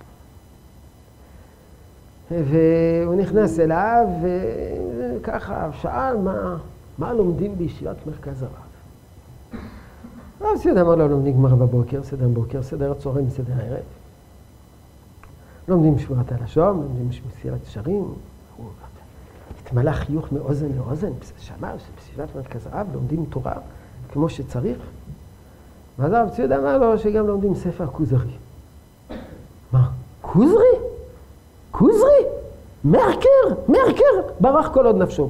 והוא נכנס אליו וככה שאל מה לומדים בישיבת מרכז הרב. הרב ציודה אמר לו, לומדים גמרא בבוקר, סדר בוקר, סדר הצהריים, סדר הערב. לומדים שמירת הלשון, לומדים מסילת שרים. הוא התמלא חיוך מאוזן לאוזן, שאמר שבסביבת מרכז הרב לומדים תורה כמו שצריך. ואז הרב ציודה אמר לו שגם לומדים ספר כוזרי. מה? כוזרי? כוזרי? מרקר! ברח כל עוד נפשו.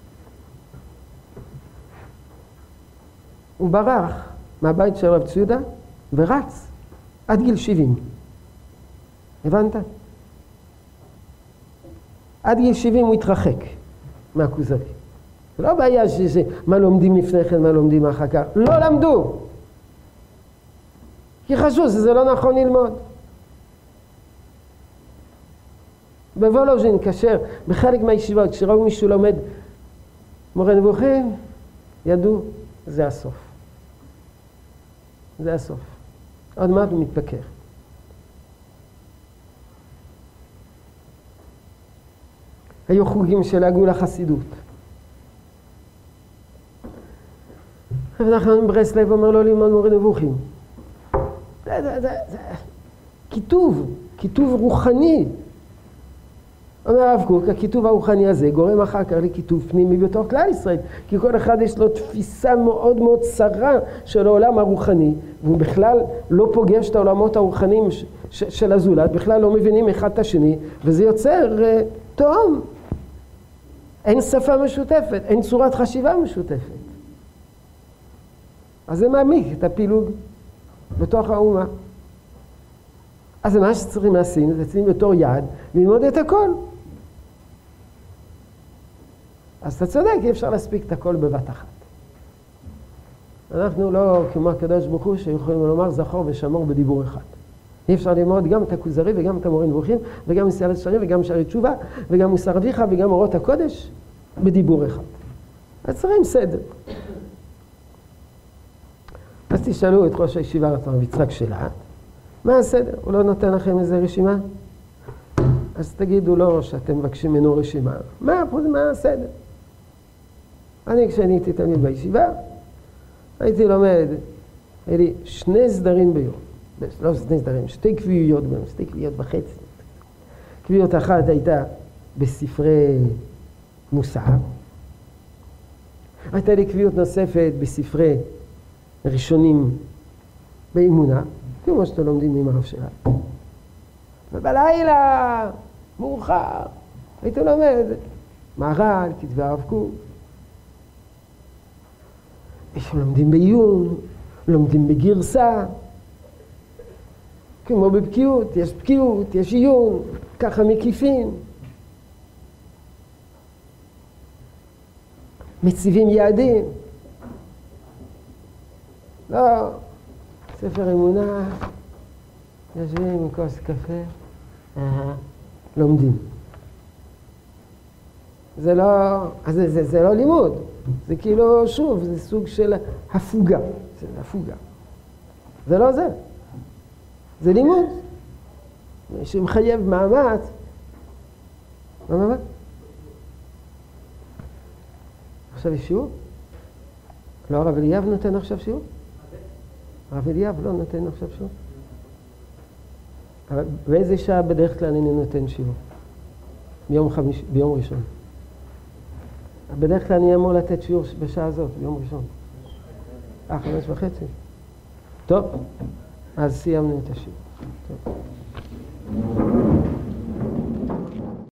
הוא ברח מהבית של הרב ציודה ורץ עד גיל 70. הבנת? עד גיל 70 הוא התרחק מהכוזרי. זה לא בעיה מה לומדים לפני כן, מה לומדים אחר כך. לא למדו. כי חשוב שזה לא נכון ללמוד. בוולוז'ין, כאשר בחלק מהישיבות, כשראו מישהו לומד מורה נבוכים, ידעו, זה הסוף. זה הסוף. עוד מעט הוא מתפקר. היו חוגים שלהגו לחסידות. אנחנו ברסלב אומר לו ללמוד מורה נבוכים. זה כיתוב רוחני. אומר הרב קוק, הכיתוב הרוחני הזה גורם אחר כך לכיתוב פנימי בתוך כלל ישראל, כי כל אחד יש לו תפיסה מאוד מאוד צרה של העולם הרוחני, והוא בכלל לא פוגש את העולמות הרוחניים של הזולת, בכלל לא מבינים אחד את השני, וזה יוצר תהום. אין שפה משותפת, אין צורת חשיבה משותפת. אז זה מעמיק את הפילוג בתוך האומה. אז זה מה שצריכים לשים, זה צריכים בתור יד, ללמוד את הכל. אז אתה צודק, אי אפשר להספיק את הכל בבת אחת. אנחנו לא כמו הקדוש ברוך הוא שיכולים לומר זכור ושמור בדיבור אחד. אי אפשר ללמוד גם את הכוזרי וגם את המורה נבוכים וגם מסילת שרים וגם שערי תשובה וגם מוסר אביך וגם אורות הקודש בדיבור אחד. אז צריכים סדר. אז תשאלו את ראש הישיבה הרב יצחק שלה, מה הסדר? הוא לא נותן לכם איזה רשימה? אז תגידו לו שאתם מבקשים ממנו רשימה. מה הסדר? אני כשאני הייתי תלמיד בישיבה, הייתי לומד, היה לי 2 סדרים ביום. לא 2 סדרים, 2 קביעויות ביום, 2 קביעויות וחצי. קביעות אחת הייתה בספרי מוסר. הייתה לי קביעות נוספת בספרי ראשונים באמונה, כמו שאתם לומדים עם הרב שלנו. ובלילה, מאוחר, הייתי לומד מהר"ל, כתבי הרב קוק. יש לומדים בעיון, לומדים בגרסה, כמו בבקיאות, יש בקיאות, יש עיון, ככה מקיפים. מציבים יעדים. לא, ספר אמונה, יושבים עם כוס קפה, לומדים. זה לא לימוד, זה כאילו, שוב, זה סוג של הפוגה. זה הפוגה. זה לא זה. זה לימוד. שמחייב מאמץ. מה מאמץ? עכשיו יש שיעור? לא, הרב אליאב נותן עכשיו שיעור? הרב אליאב לא נותן עכשיו שיעור? באיזה שעה בדרך כלל אני נותן שיעור? ביום ראשון. בדרך כלל אני אמור לתת שיעור בשעה הזאת, ביום ראשון. 5:30. טוב, אז סיימנו את השיעור. טוב.